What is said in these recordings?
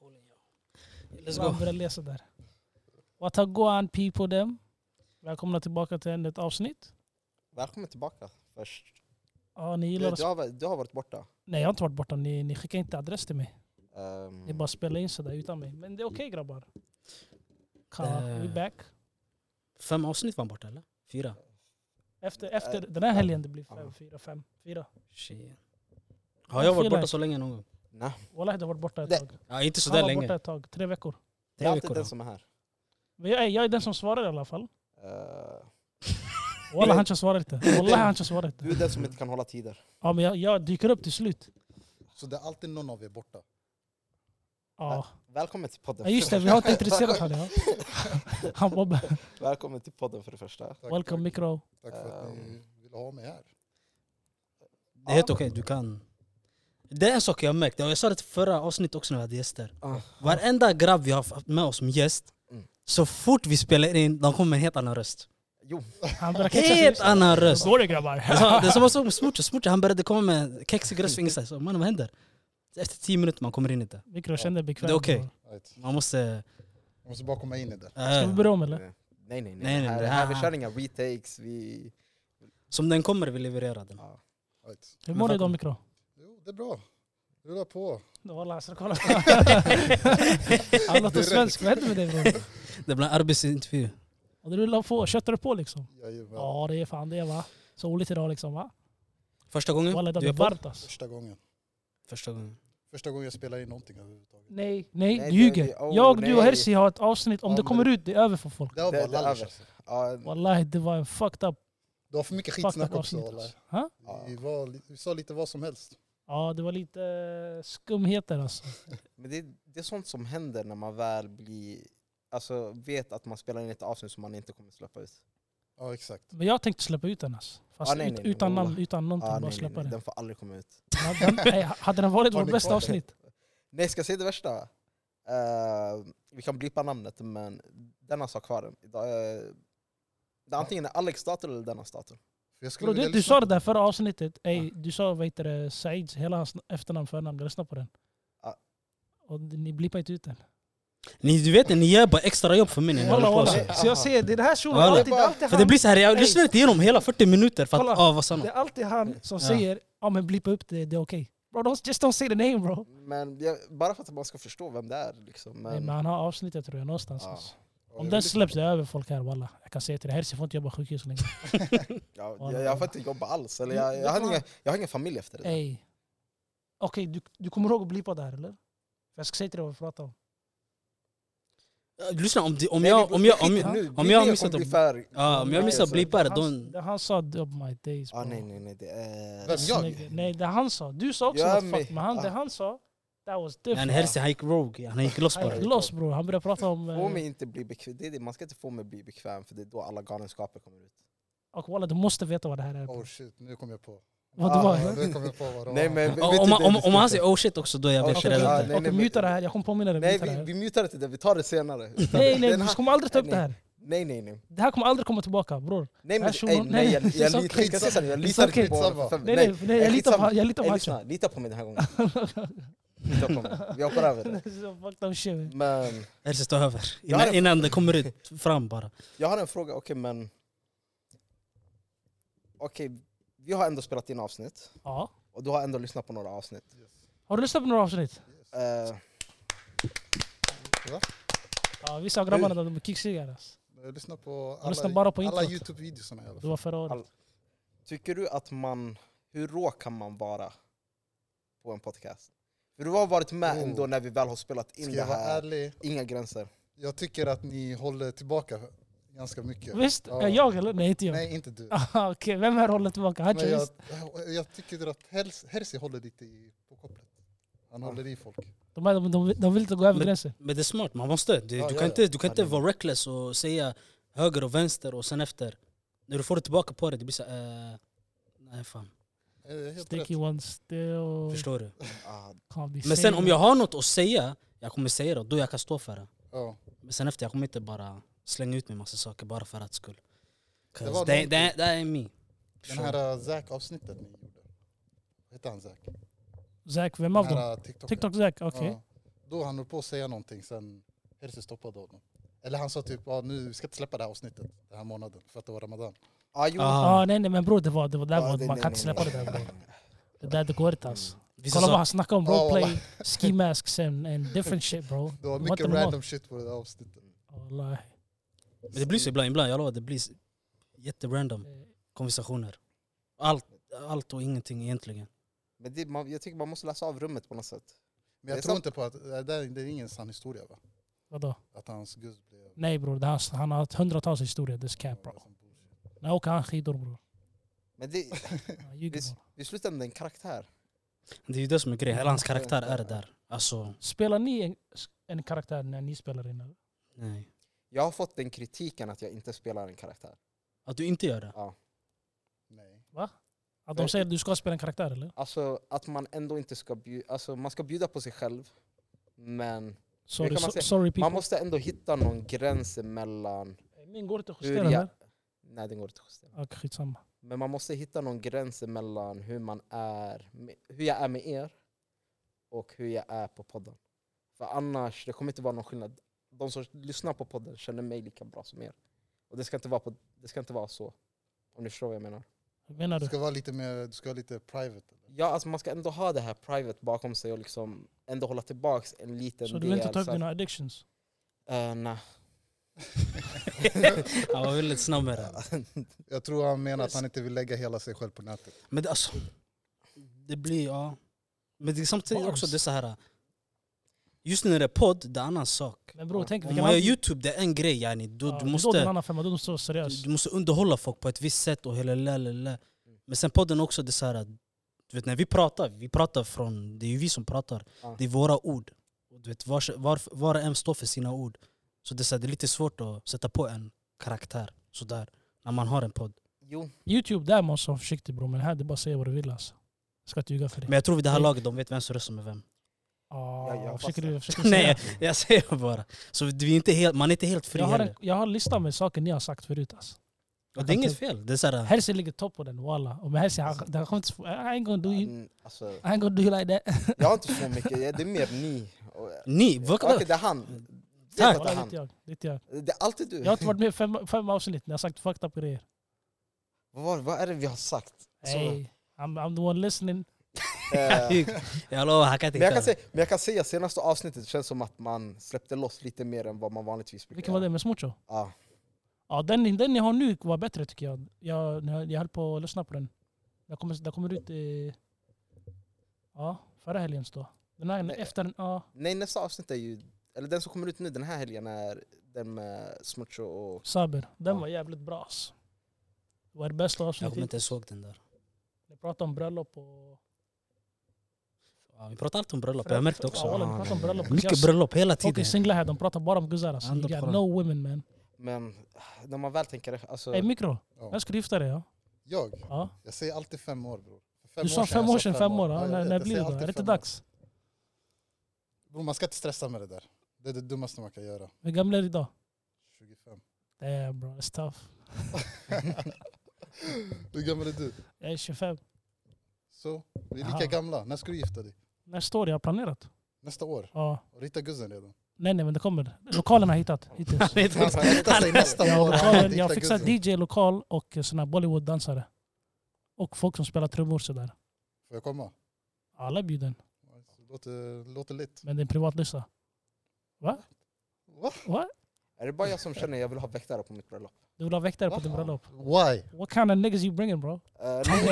Let's go. Börja läsa där. Watagoan people them. Välkomna tillbaka till ännu ett avsnitt. Välkommen tillbaka först. Ja, ni gillar Du har varit borta. Nej, jag har inte varit borta. Ni skickar inte adress till mig. Ni bara spelar in sådär utan mig. Men det är okej, grabbar. We back. 5 avsnitt var borta, eller? 4? Efter den här helgen det blir 4. Shit. Har jag varit borta så länge någon gång? Nej. Wallahi, det har varit borta ett tag. Ja, inte så Han där var länge. borta ett tag. 3 veckor. Det är alltid den som är här. Men jag är den som svarar i alla fall. Uh, Wallah, han ska svara inte. Wallah, han ska svara inte. du är den som inte kan hålla tider. Ja, men jag dyker upp till slut. Så det är alltid någon av er borta? Ja. Välkommen till podden. Ja, just det, vi har inte intresserat han. Ja. Han bara, Välkommen till podden för det första. welcome mikro. Tack för att ni vill ha mig här. Det är helt okej, du kan. Det är en sak jag har märkt. Jag sa det till förra avsnittet också när vi hade gäster. Varenda grabb vi har haft med oss som gäst, så fort vi spelar in, de kommer med en helt annan röst. Jo. Helt annan röst. Går det, grabbar? Det är som att såg med Smooch. Han började komma med kexig röst för ingenstans. Så man, vad händer? Efter 10 minuter man kommer in inte. Mikro kände bekväm. Det är okej. Right. Man måste... Jag måste bara komma in i det. Ska vi börja om eller? Nej. Här vi kör inga retakes. Som den kommer vi levererar den. Ja. Right. Hur mår du idag, mikro? Jo, det är bra. Rullar på. Wallah, så kolla. Han låter svensk. Vad händer med dig, bro? Det blir en arbetsintervju. Och du rullar på. Köttar du på liksom? Jajamän. Ja, det är fan det, va? Soligt idag liksom, va? Första gången Wallah, du det är är på? varmt alltså. Första gången jag spelar in någonting överhuvudtaget. Nej, Nej, du ljuger. Du nej. och Hersi har ett avsnitt. Om Ja, det kommer men- ut, det är över för folk. Det var bara Det är lallers över. alltså. Ja, Wallahi, det var en fucked up Det var för mycket skitsnack också. avsnitt. Alla. Alltså. Ha? Vi sa lite vad som helst. Ja, det var lite skumheter alltså. men det är sånt som händer när man väl blir... Alltså vet att man spelar in ett avsnitt som man inte kommer släppa ut. Ja, exakt. Men jag tänkte släppa ut den alltså. Fast nej, utan wallah. namn, utan någonting, bara Nej, släppa den. den får aldrig komma ut. Hade den varit Har vårt ni bästa kvar avsnitt? Nej, ska jag säga det värsta? Vi kan blippa namnet, men denna sa kvar den. Det är antingen Alex dator eller denna dator. För jag skulle Bro, vilja du lyssna sa på det där förra avsnittet. Du sa, vad heter det, Saids, hela hans efternamn, förnamn. Jag lyssnade på den. Ja. Och ni blippade inte ut den. Du vet, ni gör bara extra jobb för mig när ni håller på Wallah, så. wallah. Så jag ser, det är det här shunon. Wallah. Det är alltid För det blir så här, jag Ey. lyssnar inte igenom hela 40 minuter för Kolla. att... vad sa Det han? är alltid han som Ja. säger, ja men blippa upp det, det är okej. Bro, just don't say the name bro. Men bara för att man ska förstå vem det är. Liksom. Nej, men han har avsnittet tror jag någonstans. Ja. Alltså. Ja, Om jag den vill släpps det är över folk här, wallah. Jag kan säga till dig, Hersi får inte jobba sjukhus länge. Jag får inte jobba alls. Eller jag har ingen familj efter det. Ey. Okej, du kommer ihåg att blippa där eller? För jag ska säga till dig vad vi pratar om. Lyssna, om Nej, jag missat att missar blippa Det han sa, of my days bro. Nej, det är... Vem, jag? Nej, det han sa. Du sa också Ja, något men- fuck, men det han sa, that was Men different. Hersi, han gick rogue. Han gick loss Han bara. gick loss bro, han började prata om... Få mig inte bli bekväm. Man ska inte få mig bli bekväm, för det är då alla galenskaper kommer ut. Och wallah, du måste veta vad det här är. Oh shit, nu kom jag på. Vad det var? Nu kom jag på vad det Nej, var. men, Om han säger oh shit också, då är jag vet Okej, redan ja, inte. nej, Okej, muta det här, jag kommer påminna dig. Nej, muta det här. vi mutar inte det, vi tar det senare. Nej, Den vi här- kommer aldrig ta upp nej. det här. Nej. Det här kommer aldrig komma tillbaka bror. Nej, men, Här, shunon, nej, jag det är litar okej. ska jag säga så här, jag It's litar okej. inte på... Nej, jag litar på Ey, Hacha. lyssna, lita på mig den här gången. Lita på mig. Vi hoppar över det. Så fucked up shit. Men Hersi, stå över. Jag har en- Innan det kommer ut fram bara. jag har en fråga, Okej, vi har ändå spelat in avsnitt. Ja. Och du har ändå lyssnat på några avsnitt. Har du lyssnat på några avsnitt? Ja, vissa av grabbarna de är kicksigare. Alltså. Jag lyssnar på Jag lyssnar bara på alla introt. YouTube-videosarna i alla Det fall. var förra året. Tycker du att hur rå kan man vara på en podcast? För du har varit med ändå när vi väl har spelat in Ska det jag vara här. ärlig? Inga gränser. Jag tycker att ni håller tillbaka ganska mycket. Visst? Ja. Är jag eller? Nej, inte jag. Nej, inte du. Okej, vem här håller tillbaka? Hacha, Men visst? jag tycker att Hersi håller lite på kopplet. Han håller i folk. De vill inte gå över gränsen. Men det är smart, man måste. Du Ja, kan ja. inte det- vara reckless och säga höger och vänster och sen efter. När du får det tillbaka på det blir så nej fan. Helt rätt. Sticky one still. Förstår du? Can't be Men sen saying om jag har något att säga, jag kommer säga det, då jag kan stå för det. Ja. Men sen efter, jag kommer inte bara slänga ut mig massa saker bara för att skull. Det var Det är me. Den här Zack-avsnittet ni gjorde. Vad heter han Zack? Zack, vem av Den dem? här TikTok Zack, okej. Ja. Då han höll på att säga någonting, sen Herse stoppade honom. Eller han sa typ, nu vi ska inte släppa det här avsnittet den här månaden för att det var Ramadan. Nej men bror, det var man kan inte släppa det där bror. Det där det går inte alltså. Kolla vad han snackar om roleplay, ski masks and different shit bro. Det var mycket random shit på det där avsnittet. Wallahi. Men det blir så ibland, jag lovar, det blir jätterandom konversationer. Allt och ingenting egentligen. Men jag tycker man måste läsa av rummet på något sätt. Men jag tror inte på att det är ingen sann historia va? Vadå? Att hans guzz blev... Nej bror, han har hundratals historier, det är cap bro. När åker han skidor bror. Men vi slutar med en karaktär. Det är ju det som är grejen, hela hans karaktär är där. Alltså, spelar ni en karaktär när ni spelar in eller? nej. Jag har fått den kritiken att jag inte spelar en karaktär. Att du inte gör det? Ja. Nej. Va? Att de säger att du ska spela en karaktär eller? Alltså att man ändå inte ska man ska bjuda på sig själv. Men Sorry people. man måste ändå hitta någon gräns mellan... Min går inte att justera eller? Nej, den går inte att justera. Okej, skitsamma. Men man måste hitta någon gräns mellan hur jag är med er och hur jag är på podden. För annars, det kommer inte vara någon skillnad. De som lyssnar på podden känner mig lika bra som er. Och det ska inte vara så. Om ni förstår vad jag menar. Vad menar du? Du ska vara lite private. Eller? Ja, alltså man ska ändå ha det här private bakom sig och liksom ändå hålla tillbaks en liten del. Så du vill inte ta upp dina addictions? Nej. Han var väldigt snabb med det. Jag tror han menar att han inte vill lägga hela sig själv på nätet. Men det blir, ja. Men det är samtidigt också det så här. Just när det är podd, det är en annan sak. Men bro, tänk, om man gör YouTube, det är en grej yani. Du måste underhålla folk på ett visst sätt och hela lalala. Men sen podden också, det är så här, du vet, när vi pratar från, det är ju vi som pratar. Det är våra ord. Du vet, var och en står för sina ord. Så det är lite svårt att sätta på en karaktär sådär när man har en podd. Jo. YouTube, där måste man vara försiktig bro, men här det är bara att säga vad du vill alltså. Jag ska inte ljuga för det. Men jag tror vid det här laget de vet vem som röstar med vem. Nej, jag säger bara. Så vi är inte helt, man är inte helt fri jag har en lista med saker ni har sagt förut alltså. Och det är inget fel. Det är såhär... Herse ligger topp på den, walla. Och med Herse, I ain't gonna do you like that. Jag har inte så mycket, det är mer ni. Ni? Okej, det är han. Tack. Det är alltid du. Jag har inte varit med 5 avsnitt när jag har sagt fucked up grejer. Vad är det vi har sagt? Hey, I'm the one listening. Jag kan säga senaste avsnittet känns som att man släppte loss lite mer än vad man vanligtvis brukar. Vilken var det med Smucho? Ja, den ni har nu var bättre tycker jag. Jag höll på att lyssna på den. Det kommer ut förra helgen då. Den här efter Nej, nästa avsnitt är ju, eller den som kommer ut nu den här helgen är den med Smucho och Saber. Den var jävligt bra. Det var det bästa avsnittet. Jag kommer inte såg den där. Vi pratade om bröllop och... Ja, vi pratar alltid om bröllop, jag märkte också. Ja, vi pratar om bröllop. Mycket bröllop hela tiden. Folk är singlar här, de pratar bara om guzzar alltså. You got no women man. Men när man väl tänker alltså... Hey, mikro, när ska du gifta dig? Ja? Jag säger alltid 5 år bror. Du sa 5 år sedan 5 år, när blir det då? Är det inte dags? Bro, man ska inte stressa med det där. Det är det dummaste man kan göra. Hur gammal är du idag? 25. Damn bro, it's tough. Hur gammal är du? Jag är 25. Så, vi är lika gamla. När ska du gifta dig? Nästa år, jag har planerat. Nästa år? Ja. Och rita guzzen redan? Nej, men det kommer. Lokalen har hittat hittills. Jag har fixat DJ-lokal och såna Bollywood-dansare. Och folk som spelar trummor sådär. Får jag komma? Alla är bjuden. Låter lite. Men det är en privat lista. Va? Är det bara jag som känner att jag vill ha väktare på mitt bröllop? Du vill ha väktare på din bröllop? Why? What kind of niggas you bringing bro? Det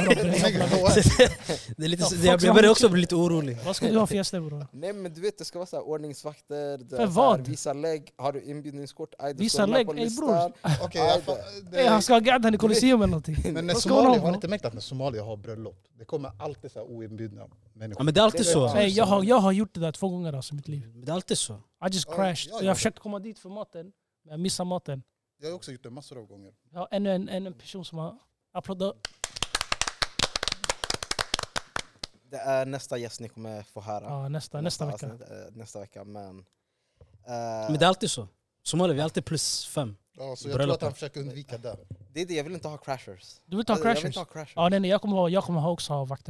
är lite, jag börjar också bli lite orolig. Vad ska du ha för gäster bro? Nej men du vet, det ska vara så här ordningsvakter. För vad? Visa lägg, har du inbjudningskort? Visa lägg? Ey bror. Han ska ha gadden i Colosseum eller någonting. Men när Somalia, har inte märkt att när Somalia har bröllop, det kommer alltid så här oinbjudna människor. Ja, men det är alltid så. Nej, jag har gjort det där 2 gånger alltså, i mitt liv. Men det är alltid så. I just crashed. Jag försökte komma dit för maten, men jag missade maten. Jag har också gjort det massor av gånger. Ja, en person som har applåderat. Det är nästa gäst ni kommer få höra. Ja, nästa vecka. Nästa vecka, men... Men det är alltid så. Somalia, vi är alltid +5. Ja, så jag tror att han försöker undvika det. Det är det, jag vill inte ha crashers. Du vill inte ha crashers? Jag vill inte ha crashers. Ja, nej, jag kommer också ha vakter då.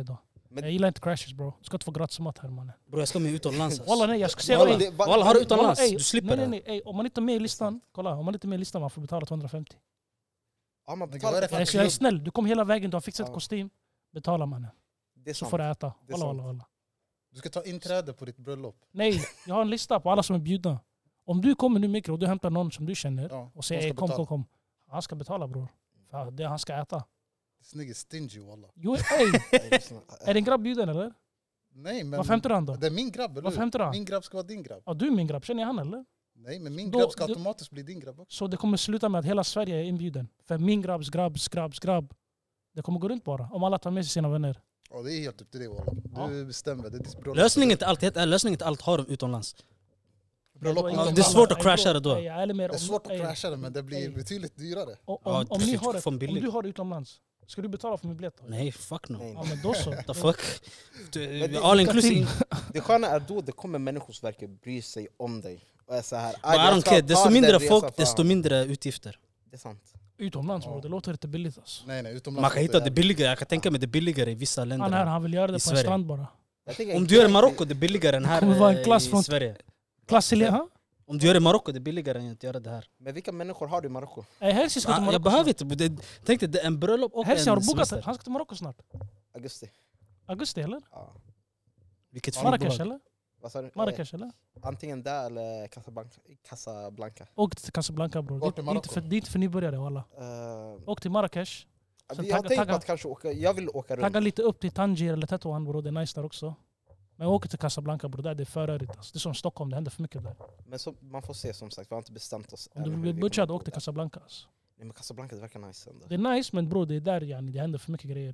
Men- Jag gillar inte crashes bro. Du ska inte få gratis mat här mannen. Bro, jag ska med utomlands. Walla nej, jag ska säga Walla, ey, walla, har du utomlands? ey, Du slipper det. nej, om man inte är med i listan, kolla, om man inte är med i listan man får betala 250. Ja, man Men betalar vad är det för för Så jag är snäll, du kom hela vägen, du har fixat Ja. kostym, betala mannen. det är Så sant. får du äta. Det är Walla. Du ska ta inträde på ditt bröllop. Nej, jag har en lista på alla som är bjudna. Om du kommer nu Mikro och du hämtar någon som du känner Ja, och säger de ey, ska betala. kom. Han ska betala bror. För det han ska äta. Snygg är stingy walla. Jo, ey, är din grabb bjuden eller? Nej men Varför hämtar du han då? det är min grabb, eller Varför hur? hämtar du han? Min grabb ska vara din grabb. Ja, du är min grabb, känner jag han eller? Nej men min Då- grabb ska du- automatiskt bli din grabb också. Så det kommer sluta med att hela Sverige är inbjuden. För min grabbs grabb. Det kommer gå runt bara. Om alla tar med sig sina vänner. Ja det är helt upp till dig walla. Du bestämmer, det är ditt bröllop. Lösningen till allt har de utomlands. Bröllop Ey, utomlands. det är svårt att ey, crasha bro, det då. ey, jag är ärlig med er, Det är svårt att ey, crasha det men det blir Ey. betydligt dyrare. Om Ja, om ni har det, från om billigt. du har det utomlands, ska du betala för min biljett då? Nej, fuck no. Nej, Ja men då så. The fuck? Men det- All inclusive. Det sköna är då det kommer människor som verkar bry sig om dig. Och är så här, But I don't care. Desto mindre folk, desto mindre utgifter. Det är sant. Utomlands bro, det låter inte billigt alltså. Nej utomlands. Man kan hitta låter det billigare. Jag kan tänka mig det billigare i vissa Han här, länder. han vill göra det I på en Sverige. strand bara. Jag tänker Om du gör i Marocko, det är billigare än här kommer vara en klass i från- Sverige. Klassilega? Om du gör i Marocko, det är billigare än att göra det här. Men vilka människor har du i Marocko? Ey, Herzi ska till Marocko. Jag behöver inte. Tänk dig, det är en bröllop och Herzi har en du bokat? semester. Han ska till Marocko snart. Augusti? Augusti eller? Ja. Vilket Marrakesh flygbolag? eller? Vad sa du? Marrakesh eller? Antingen där eller Casablanca. Åk till Casablanca bror. Vart i Det är Marocko? det är inte för nybörjare walla. Åk till Marrakesh. Sen Jag har tänkt på tagga- att kanske åka, jag vill åka runt. Tagga lite upp till Tangier eller Tetuan bror, det är nice där också. Men jag åker till Casablanca bror, där det är för rörigt alltså. Det är som Stockholm, det händer för mycket där. Men så, man får se som sagt, vi har inte bestämt oss. Om än du hur blir vi butchad, kommer åk till bo där. Casablanca alltså. Nej, men Casablanca det verkar nice ändå. Det är nice men bror, det är där yani, det händer för mycket grejer.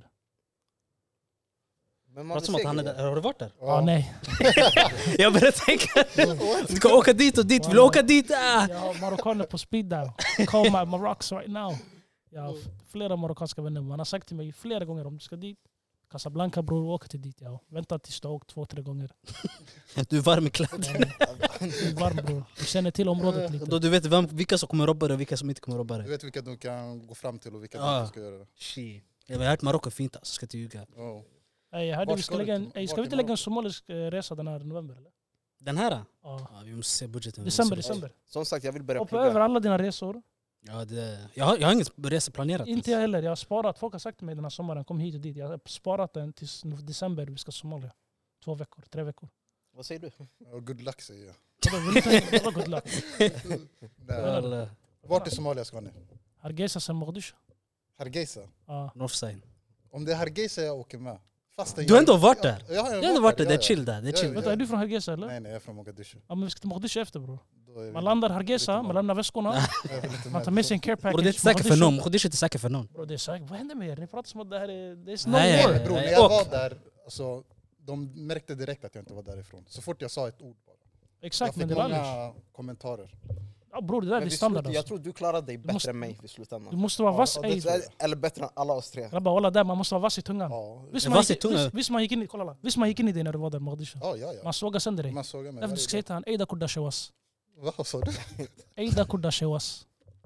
Men man Pratar som vill att han är se där. Har du varit där? Ja nej. Jag började tänka. Du ska åka dit och dit. Vill du åka dit? Ah. Jag har marockaner på speed dial. Call my Morocco right now. Jag har flera marockanska vänner. Man har sagt till mig flera gånger om du ska dit. Casablanca bror, åk till dit. Ja. Vänta tills du har åkt 2-3 gånger. Du är varm i kläderna. Du är varm bror. Du känner till området lite. Då du vet vilka som kommer robba dig och vilka som inte kommer robba Du dig. vet vilka du kan gå fram till och vilka Ja. du inte ska göra det. Shit. Jag har hört Marocko är fint alltså, ska inte ljuga. Oh. Ey, hörde, Vart vi ska ska du lägga till- en, ey, ska vart vi i inte lägga en Marocko? somalisk resa den här november eller? Den här? Ja. Ja, vi måste se budgeten. December. Som sagt, jag vill börja Hoppa över plugga. alla dina resor. Ja, jag har ingen resa planerat. Inte jag heller. Jag har sparat. Folk har sagt till mig den här sommaren, kom hit och dit. Jag har sparat den tills december. Vi ska Somalia. 2 veckor, 3 veckor. Vad säger du? Oh, good luck säger jag. Vadå, vill inte- vadå good luck? Nej. Eller Vart i Somalia ska ni? Hargeisa sen Mogadishu. Hargeisa? Ja. Northside. Om det är Hargeisa jag åker med. Fastän Du har ändå varit där? Ja, jag Jag har ändå varit där, det är chill där. Det är Ja, chill. ja. Vänta, är du från Hargeisa eller? Nej, jag är från Mogadishu. Ja men vi ska till Mogadishu efter bror. Då är vi- Man landar Hargeisa, man lämnar väskorna. jag vill inte Man med. tar med sig en care Bro, package. det är inte säkert för någon. Mogadishu är inte säkert för någon. Bro, det är säkert. Vad händer med er? Ni pratar som att det här är... Det är Nej, no war. Nej, bror, när Nej, jag och- var där, alltså, de märkte direkt att jag inte var därifrån. Så fort jag sa ett ord bara. Exakt, Jag men fick det är Alish. många kommentarer. Ja bror, det där Men är vi standard jag alltså. tror du klarar dig bättre måste- än mig i Du slutändan. måste vara vass. Ja, det Ey, tror jag. Eller bättre än alla oss tre. grabbar, walla där, man måste vara vass i tungan. Ja, Visst Jag man var gick- i tungan. visst man gick in i... Kolla, visst man gick in i dig när du var där i Mogadishu? ja. Man sågar sönder dig. Man sågar mig Därför du ska säga till han, Eida Kurdashewas. Vad sa du? Eida Kurdashewas.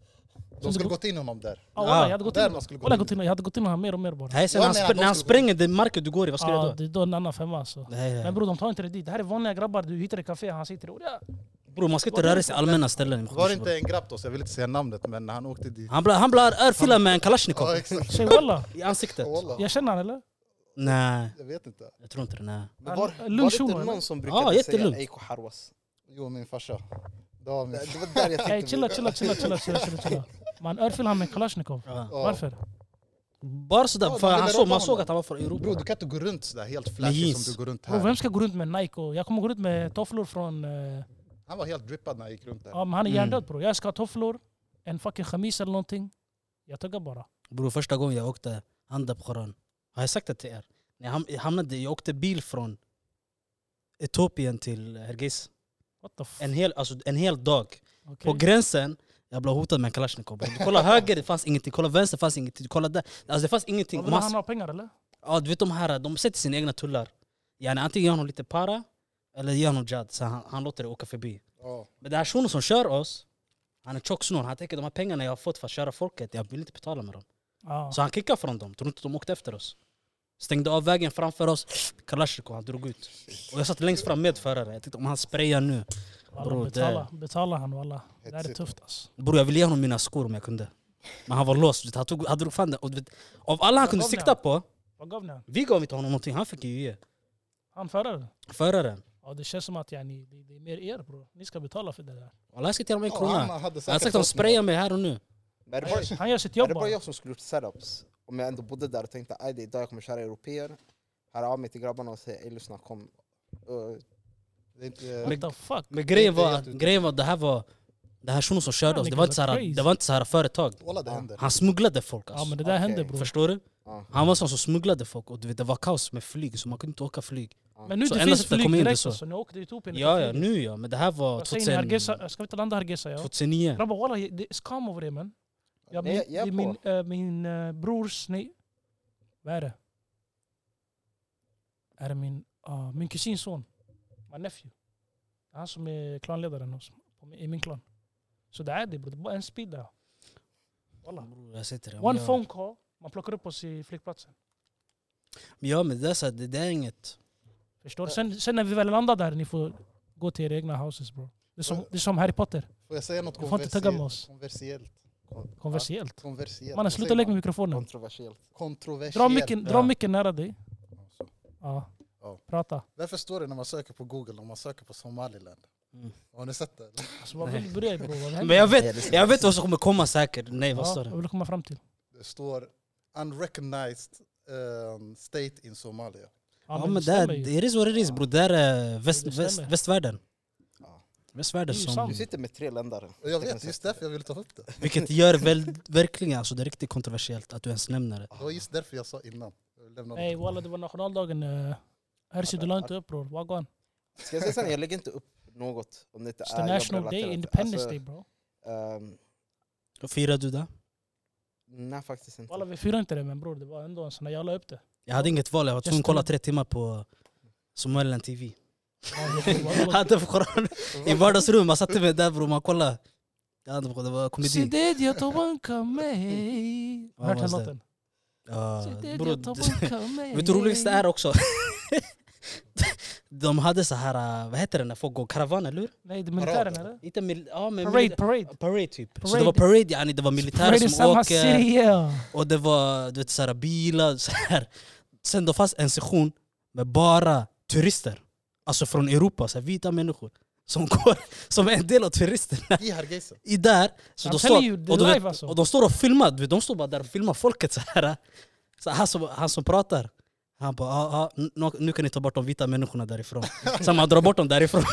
De skulle gått in honom där. Ja, walla, jag hade gått Där in. man skulle gå Walla, in. jag hade gått in honom mer och mer bara. Nej, sen Jag han menar, när de han skulle- spränger den marken du går i, vad ska du Ja, göra då? det är då en annan femma alltså. Nej, Men bror, de tar inte det dit. Det här är vanliga grabbar, du hittar i café, han sitter och ja. Bror, man ska inte röra sig i allmänna ställen. Var det inte en grabb då, så jag vill inte säga namnet, men han åkte dit. Han blir örfilad med en kalasjnikov Ja, exakt. Säg walla. i ansiktet. Wallah. Jag känner han eller? Nej, Jag vet inte. jag tror inte det. Nej. Men var Lugn det shuno, inte eller? någon som Ja, brukade säga jättelugnt. Eiko Harwas? Jo, min farsa. Det var min Det var där jag Ey, tänkte... chilla. Man örfilar han med Kalashnikov. Ja. Ja. Varför? Bara sådär, Ja, för man han ville såg, robba man såg honom. att han var från Europa. Bro, du kan inte gå runt sådär helt Med flashy jeans. som du går runt Bro, vem här. ska gå runt med Nike? Jag kommer gå runt med tofflor från... Han var helt drippad när jag gick runt där. Ja, men han är hjärndöd bror. Jag ska ha tofflor, en fucking chemis eller någonting. Jag tuggar bara. Bror, första gången jag åkte handen på Koran. Har jag sagt det till er? När jag åkte bil från Etiopien till Hargeisa. What the f... En hel dag. På Okej. gränsen, jag blev hotad med en kalasjnikov. Kolla höger, det fanns ingenting. Kolla vänster, det fanns ingenting. Kolla där, alltså det fanns ingenting. Vad vill han ha pengar eller? Ja, du vet de här, de sätter sina egna tullar. Yani, antingen ger honom lite para, eller ger honom jad, så han låter det åka förbi. Ja. Men det här shunon som kör oss, han är tjocksnor. Han tänker de här pengarna jag har fått för att köra folket, jag vill inte betala med dem. Ja. Så han kickar från dem, tror inte de åkte efter oss. Stängde av vägen framför oss. Kalashnikov, han drog ut. Och jag satt längst fram med förare. Jag tänkte om han sprayar nu. Alla betala han walla. Det här är tufft alltså. Bror, jag ville ge honom mina skor om jag kunde. Men han var låst. Han drog fan det. Och, av alla han kunde sikta på. Vad gav ni han? Vi gav inte honom någonting. Han fick ju ge. Han föraren? Föraren. Ja, det känns som att det är mer er bro. Ni ska betala för det där. Alla jag ska till honom 1 krona. han Jag hade har säkert sagt att de fått sprayar mig här och nu. Men är det bara, Han gör sitt är jobb det bara bara. jag som skulle gjort setups? Om jag ändå bodde där och tänkte att idag jag kommer köra europeer. Här av mig till grabbarna och säga lyssna kom. det är inte, What the fuck? Men grejen var att det här shunon som körde oss. Det var inte så här företag. Walla, det händer. Han smugglade folk Ja alltså. men det där Okej. hände bror. Förstår du? Ja. Han var sån som smugglade folk och du vet, det var kaos med flyg så man kunde inte åka flyg. Men nu Så det enda finns sättet att flyg komma in, det är direkt så. alltså. Ni åker till Etiopien. Ja, nu ja. Men det här var Jag säger ni Hargeisa, ska vi inte landa Hargeisa ja? 2009. Grabbar walla, det är skam över det man. Ja, Nej, jag är min brors, nej. Vad är det? Är det min kusins son? Min nephew. Han som är klanledaren i min klan. Så det är det bror, det är bara en speed där. Walla. Bror, jag sitter där. One phone call, man plockar upp oss i flygplatsen. Ja men det är, så här, det är inget. Förstår du? Sen när vi väl landar där, ni får gå till era egna houses bro. Det är som Harry Potter. Får jag säga något Du får inte tagga med oss. konversiellt? Konversiellt. Konversiellt. Mannen, sluta lägga med mikrofonen. Kontroversiellt. Kontroversiellt. Dra micken nära dig. Alltså. Ja. Ja. Prata. Varför står det när man söker på Google om man söker på Somaliland? Har ni sett det? Alltså, vad vill du börja bro? Vad händer? Men jag vet vad som kommer komma säkert. Nej, vad står Vad det? vill du komma fram till? Det står unrecognized state in Somalia. Ja men stämmer ju. det är så det är bro. Det är Det stämmer. västvärlden. Ja. Västvärlden Det är ju som... sant. Du sitter med 3 länder. Och jag vet, just därför jag ville ta upp det. Vilket gör verkligen alltså, det är riktigt kontroversiellt att du ens nämner det. Det var just därför jag sa innan. Jag vill lämna Nej walla, det var nationaldagen. Hersi, du la inte upp bror. Vad går? Ska jag säga sen, jag lägger inte upp något om det inte It's the är national day, jobbrelaterat. Independence Alltså, Day bro. Då firar du det? Nej faktiskt inte. Walla vi firar inte det men bror, det var ändå en sån här, jag la upp det. Jag hade inget val, jag var tvungen att kolla 3 timmar på Somaliland TV. Ja, Hade på koran i vardagsrummet, man satte mig där bror, man kollade. Ja, det var komedi. Sidedja tobanka mig. Ja, Hört den vad är det? låten? Ja, Sidedja bror, tobanka mig. vet du roligast det är också? De hade så här, vad heter det när folk går karavan, eller hur? Nej, det är militären eller? Inte men Parade. parade typ. Så Parade. det var parade, yani, det var militärer Parade i som samma åker. city, ja. Och det var du vet, så här, bilar. Så här. Sen då fanns en sektion med bara turister. Alltså från Europa, så här, vita människor. Som går som är en del av turisterna. I Hargeisa. I där. Så I'm de telling står, you, det och, är du live vet, alltså. och de står och filmar. Du vet, de står bara där och filmar folket. Så här. Så han som pratar. Han bara, nu kan ni ta bort de vita människorna därifrån. Så man drar bort dem därifrån.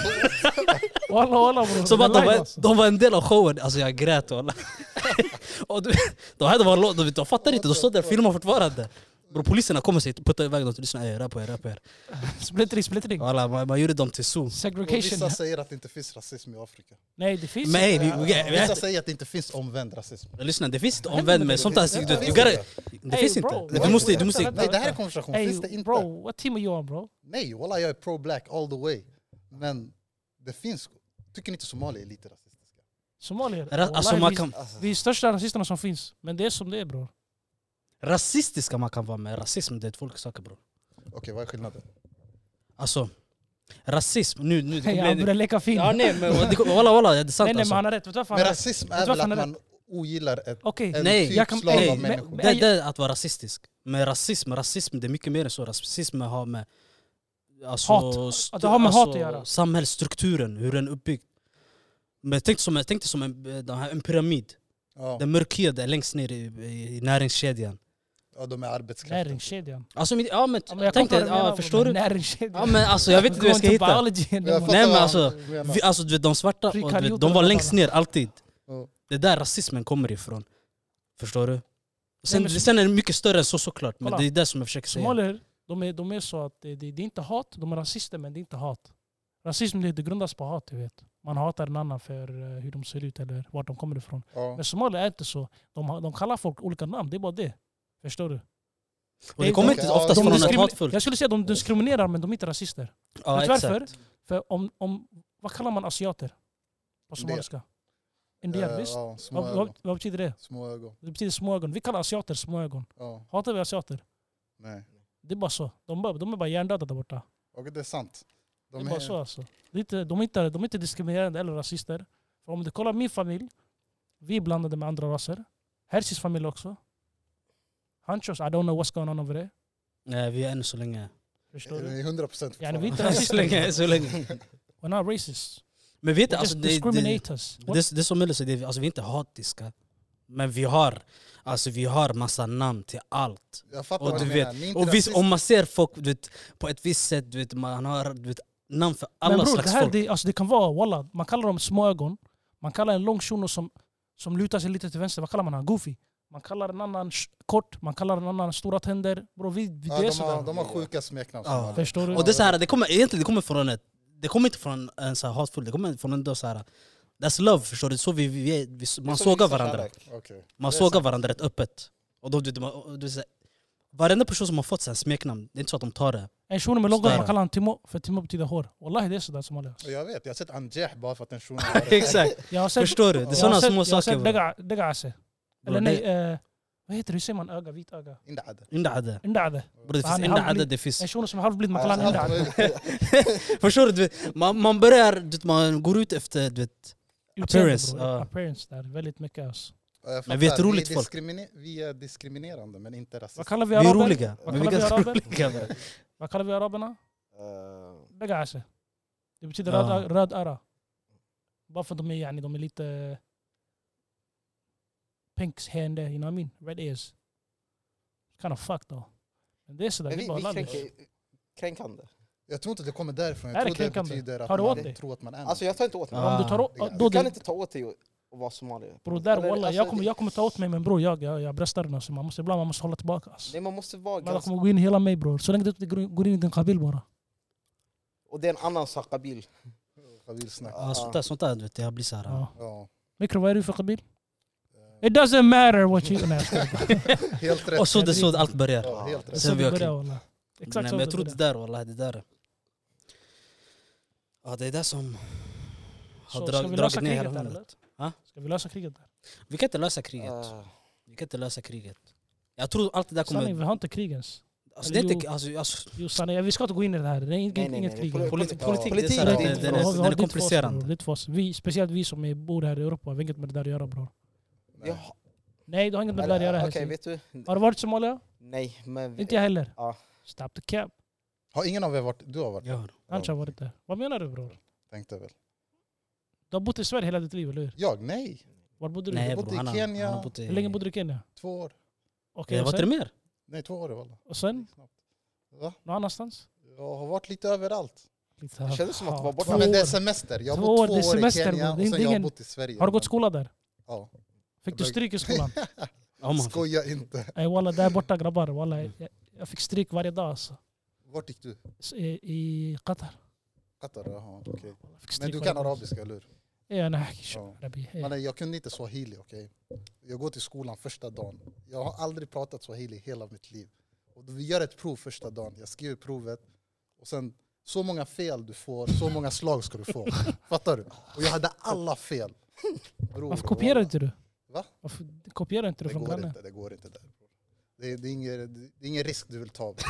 Walla bror. Så det är bara, live, alltså. de var en del av showen. Alltså jag grät walla. Och de fattar inte, de står där och filmar fortfarande. Bro, poliserna kommer sig putta iväg dem till lyssna. Rap på er. Splittring. Walla, man gjorde dem till zoo. Och Segregation. vissa säger att det inte finns rasism i Afrika. Nej, det finns Men inte. Vissa säger att det inte finns omvänd rasism. lyssna, det finns inte omvänd men sometimes Det det Hey, finns bro. inte. Du måste Nej, det här är konversation. Finns det Hey inte? bro, what team are you on bro? Nej, walla, jag är pro-black all the way. Men det finns... Tycker ni inte Somalia är lite rasistiska? Somalier. Alltså man kan Vi är största rasisterna som finns. Men det är som det är bror. rasistiska man kan vara med rasism det är två olika saker bro. Okej, vad är skillnaden? Alltså rasism nu det Hey, han kommer börjar leka fin. ja nej men walla det är sant Nej men alltså. han har rätt. Vet du varför han Men har rätt? rasism Vet är du väl varför att han är man ogillar ett, Okej, en nej, jag kan- typslag nej, av men- människor. Det är att vara rasistisk. Men rasism det är mycket mer än så. Rasism har med alltså, Hat. Att det har med hat att göra. Samhällsstrukturen, hur den är uppbyggd. Men tänk dig som en pyramid. Ja, Den mörkhyade är längst ner i näringskedjan. ja, de är arbetskraften. Näringskedjan. Alltså, men Jag tänk dig, menar, förstår du? Näringskedjan. Ja, men alltså, jag vet inte hur jag ska hitta. Biology. Jag Nej, fattar men vad alltså, du menar. Alltså du vet, de svarta, och, du vet, Prekarioter de var och längst sådana. ner alltid. Ja. Det är där rasismen kommer ifrån. Förstår du? men Sen är det mycket större än så såklart. Men Kolla. det är det som jag försöker säga. Somalier, de är så att det är inte hat, de är rasister men det är inte hat. Rasism det grundas på hat, du vet. Man hatar en annan för hur de ser ut eller vart de kommer ifrån. Ja. Men somalier är inte så. De kallar folk olika namn, det är bara det. Förstår du? Och det kommer Okej, inte oftast ja, från de något diskrimi- hatfullt. Jag skulle säga att de diskriminerar men de är inte rasister. Ja, Vet du exakt. varför? För vad kallar man asiater på somaliska? Indier, visst? Ja, små Vad, ögon. vad betyder det? Små ögon. Det betyder små ögon. Vi kallar asiater små ögon. Ja, Hatar vi asiater? nej. Det är bara så. De är bara hjärndöda där borta. Och det är sant. Det är bara så alltså. De är inte diskriminerande eller rasister. För om du kollar min familj, vi är blandade med andra raser. Hersis familj också. Hanchos, I don't know what's going on over there. Nej, vi är ännu så länge. Förstår du? 100% Ja, vi är inte Så rasister. länge, så länge. We're not racist. Men vet du, They alltså, just det discriminate us. är som Mille säger, alltså, vi är inte hatiska. Men vi har massa namn till allt. Jag fattar Och vad du du vet, menar. Ni är inte och visst, rasister. om man ser folk du vet, på ett visst sätt, du vet, man har du vet, namn för alla Men bror, slags det här folk. det kan vara, wallah, man kallar dem små ögon. Man kallar en lång shuno som lutar sig lite till vänster. Vad kallar man han? Goofy. Man kallar en annan kort. Man kallar en annan stora tänder. Bro, det är sådär. De har sjuka smeknamn. Ja. Förstår du? Och det är så här, det kommer från det kommer inte från en så här hatfull, det kommer från en så här. That's love, förstår du? Så man sågar varandra. Okay. Man sågar varandra rätt öppet. Och då, varenda person som har fått en smeknamn, det är inte så att de tar det. En shuno med långt hår, Sådär. man kallar han Timo. För Timo betyder hår. Wallahi, det är sådär Somalia. Jag vet, jag har sett Anjeh bara för att en shuno Exakt, Jag har sett, förstår du? Det är jag har sådana sett, små jag har saker. sett Degase. Eller nej, vad heter det? Hur säger man öga? Vit öga? Inte hade. Indade. Indade. Bro, det Han finns är indade, halvblind. det finns. En shuno som är halvblind, man kallar han Indade. Förstår du? Man börjar, du vet, man går ut efter, du vet. Appearance, ja. Appearance där, väldigt mycket alltså. Men vi är ett roligt folk. Vi är diskriminerande men inte Vad rasister. kallar vi Vi är araber? roliga. Vad Men vi är kallar vi ganska araber? roliga. Vad kallar vi araberna? Begase. Det betyder Ja. röd öra. Bara för att de är lite pinks hände, you know what I mean? Red ears. Kind of fucked though. Men det är sådär, Men det är bara vi lalligt. kränkande. Jag tror inte det kommer därifrån. Är Jag det tror det kränkande? betyder att Har du åt man dig? tror att man är Alltså jag tar inte åt mig. Ja. Om du tar åt, det- då Du kan det, inte ta åt dig och vara somalier. bro, där Eller, wallah, alltså, jag kommer ta åt mig men bror jag bröstar den alltså. Ibland man måste hålla tillbaka alltså. Nej, man måste vara Alla ganska... kommer gå in i hela mig bror. Så länge du inte går in i din kabil bara. Och det är en annan sak, kabil. Kabilsnack. Ja, sånt där, du vet, jag blir så här. Ja. Ja. Mikro, vad är du för kabil? It doesn't matter what you... Nej, jag skojar. Helt rätt. Och så det är så allt börjar. Ja, helt Det är rätt. så Sen vi vi börjar okej. wallah. Exakt Nej, så men jag vi tror det börjar. där, wallah, det där. Ja, det är det som har Så ska vi dragit lösa ner kriget hela där eller? landet. Ha? Ska vi lösa kriget där? Vi kan inte lösa kriget. Vi kan inte lösa kriget. Jag tror allt det där Sanning, kommer... vi har inte krig ens. Alltså, det är inte... Alltså, Jo, sanning, vi ska inte gå in i det här. Det är inget krig. politik, Politik, det är så här, det är inte den för oss. är komplicerad. Det är för oss. Speciellt vi som bor här i Europa, vi har inget med det där att göra bror. Ja, Nej, du har inget med det där att göra. okej, Här. vet du? Har du varit i Somalia? Nej, men... Inte jag heller. Ja. Stop the cap. Har ingen av er varit? Du har varit? Ja. Han har varit där. Vad menar du bror? Tänkte väl. Du har bott i Sverige hela ditt liv, eller hur? Jag? Nej. Var bodde du? Nej Jag bror, bodde i han Kenya. har bott i... Hur länge bodde du i Kenya? 2 år. Okej, Var och inte det sen? mer? Nej, 2 år walla. Och sen? Va? Någon annanstans? Jag har varit lite överallt. Det kändes som att det var borta. Ja, men det är år. semester. Jag har 2 bott år, 2 det är år i semester, Kenya bro. och Det är sen jag har ingen- bott i Sverige. Har du gått skola där? Ja. Fick du stryk i skolan? Ja, man. Skoja inte. Ey walla, där borta grabbar. Walla, jag fick stryk varje dag alltså. Vart gick du? I Qatar. Qatar? Jaha, okej. Jag fick Men stryk du varje kan dag. arabiska, eller hur? Ja, nej, Ja. arabi. Men jag kunde inte swahili, okej? Jag går till skolan första dagen. Jag har aldrig pratat swahili i hela mitt liv. Och vi gör ett prov första dagen. Jag skriver provet. Och sen, så många fel du får, så många slag ska du få. Fattar du? Och jag hade alla fel. Bror, Varför kopierar inte du? Va? Varför kopierar inte du Det från går grannen? inte, det går inte där. Det är ingen risk du vill ta.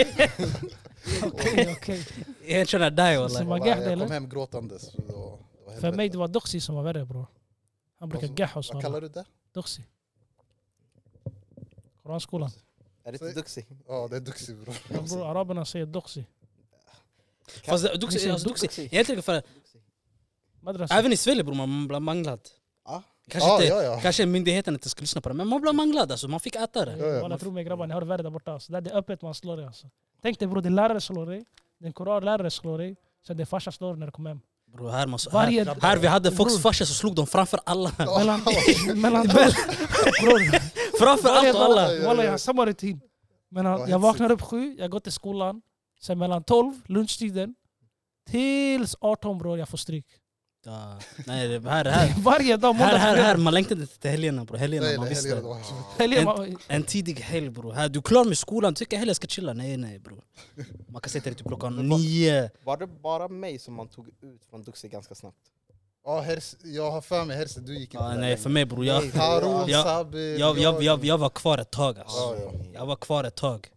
Okej. Jag känner dig Så wallah. man Wallah, gahde, jag eller? kom hem gråtandes. Det var För helvete. mig det var Doxy som var värre bror. Han brukar gahha oss Vad kallar alla. du det? Doxy. Koranskolan. Är det inte Duxi? Ja, det är Duxi bror. Men bror, araberna säger Doxy. Fast Ni Duxi, säger alltså, Duxi. Duxi. Egentligen för Madrasa. även i Sverige bror, man blir manglad. Ja. Kanske, Ja, inte, ja, ja. kanske myndigheten inte ska lyssna på det, men man blir manglad alltså, man fick äta det. Ja, Walla, tro mig grabbar, ni har det värre där borta. Alltså. Det är öppet man slår dig alltså. Tänk dig bror, din lärare slår dig. Din koranlärare slår dig. Sen din farsa slår dig när du kommer hem. Bro, här, man, Varje här vi hade folks Bror. farsa så slog de framför alla. mellan bror, Framför allt och alla. Walla, jag har samma rutin. Jag vaknar upp 7, jag går till skolan. Sen mellan 12, lunchtiden, tills 18 bror, jag får stryk. Ja, nej, det här. Varje dag, måndag till Här, fredag. man längtade inte till helgerna bror. Helgerna, Nej, man nej, visste. helgerna, Helgen, man- En tidig helg bror. Här, du är klar med skolan, tycker jag helgen ska chilla. Nej bror. Man kan säga till dig typ klockan 9. Var det bara mig som man tog ut från Duxi ganska snabbt? Ja, jag har för mig Herse, du gick inte Ja, där nej länge. för mig bror. Harun, jag- Sabir, Jag var kvar ett tag alltså. Ja, ja. Jag var kvar ett tag.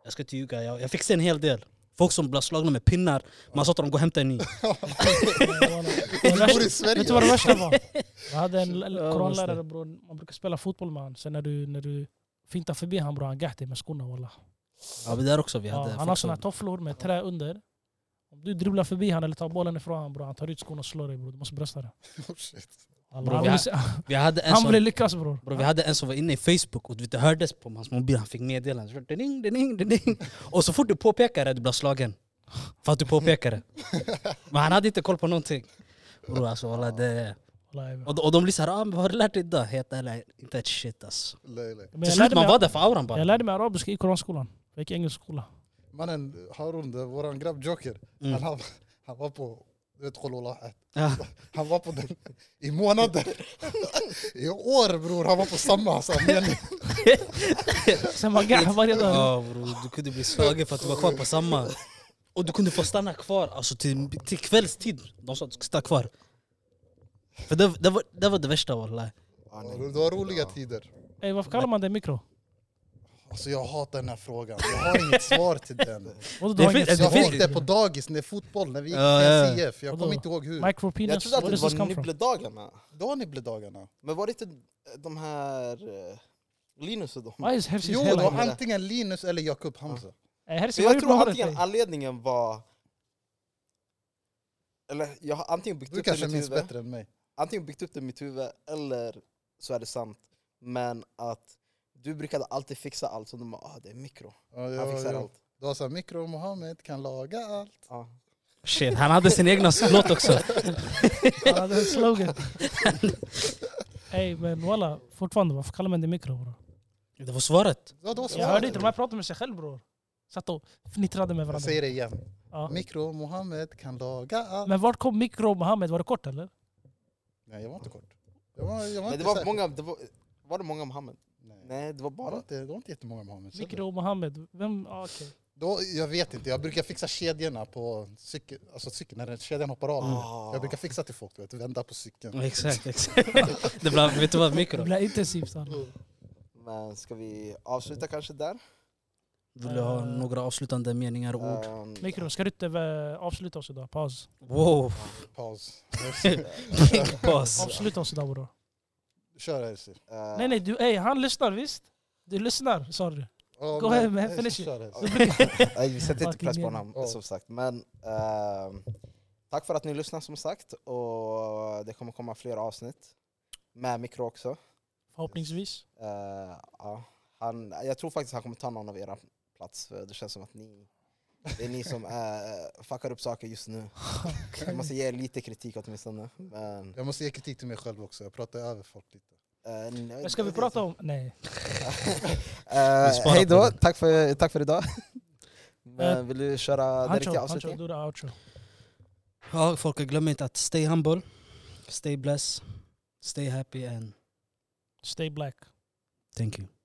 Jag ska inte ljuga, jag fick se en hel del. Folk som blev slagna med pinnar, man sa att de går och hämta en ny. Du bor i Sverige. Vet du vad det värsta var? Jag hade en koranlärare bror, man brukar spela fotboll med han. Sen när du fintar förbi han bror, han gatt dig med skorna wallah. Ja, vi där också. Vi hade Han har såna här tofflor med trä under. Om du dribblar förbi han eller tar bollen ifrån han bror, han tar ut skorna och slår dig bror. Du måste brösta det. Oh, shit. Bro, vi hade en Han som, ville lyckas bror. bro, vi hade en som var inne i Facebook och det hördes på hans mobil, han fick meddelanden. Ding, ding, ding, ding. Och så fort du påpekar det, du blir slagen. För att du påpekar det. Men han hade inte koll på någonting. Bro, alltså, wallah, det... Och de blir såhär, men vad har du lärt dig idag? Helt ärligt, inte ett shit alltså. Till slut man var där för auran bara. Jag lärde mig arabiska i koranskolan. Jag gick i engelsk skola. Mannen, Harun, våran grabb Joker, han var på, du vet, Ja. han var på den i månader. I år bror, han var på samma mening. Sen var jag varje dag. Ja, bro, du kunde bli slagen för att du var kvar på samma. Och du kunde få stanna kvar alltså till kvällstid. De sa att du ska stanna kvar. För det var det värsta wallah. Det var roliga tider. Ey, varför kallar man det mikro? Alltså jag hatar den här frågan. Jag har inget svar till den. Jag fick det på dagis när fotboll, när vi gick till CF. Jag kommer inte ihåg hur. Micropenis. Jag trodde att det var nibbledagarna. Det var nibbledagarna. Men var det inte de här Linus och dem? Jo, det var antingen Linus eller Jakob Hamza. Jag tror antingen anledningen var... Eller jag har antingen byggt upp det i mitt huvud. Bättre än mig. Antingen byggt upp det i mitt huvud eller så är det sant. Men att du brukade alltid fixa allt. Så de bara, det är mikro. Han fixar allt. Det var så här, Mikro Mohammed kan laga allt. Ja. Shit, han hade sin egna låt också. Han hade en slogan. Ey, men walla, fortfarande, varför kallar man det mikro bror? Det var svaret. Ja, det var svaret. Jag hörde inte, de här pratade med sig själv bror. Satt och fnittrade med varandra. Jag säger det igen. Ja. Mikro Mohammed kan laga allt. Men vart kom Mikro Mohammed? Var det kort eller? Nej, jag var inte kort. Jag var Men inte det var säker. många, var det många Mohammed? Nej, det var Det bara... var inte jättemånga Mohammed. Mikro Mohammed, vem? Okej. Jag vet inte, jag brukar fixa kedjorna på cykeln, alltså cykeln när kedjan hoppar av. Jag brukar fixa till folk, vet, vända på cykeln. Exakt. Det blev, vet du vad, Det mikro. blir intensivt. Men ska vi avsluta kanske där? Vill du ha några avslutande meningar och ord? Mikro, ska du inte avsluta oss idag? Paus. Wow. Paus. Paus. Avsluta oss idag bror. Kör Ersi. Nej, du, han lyssnar visst? Du lyssnar, sa du. Go ahead man, finish it. Nej, vi sätter inte press på Fucking honom, som sagt. Men tack för att ni lyssnar som sagt. Och det kommer komma fler avsnitt. Med mikro också. Förhoppningsvis. Ja, jag tror faktiskt han kommer ta någon av era plats. För det känns som att det är ni som fuckar upp saker just nu. Jag måste ge er lite kritik åtminstone. Men, Jag måste ge kritik till mig själv också, jag pratar över folk lite. Ska vi prata om... Nej. Hej då, tack för idag. Men vill du köra direkt till Hancho, avslutning? du är outro. Ja, folk, glöm inte att stay humble, stay blessed, stay happy and Stay black. thank you.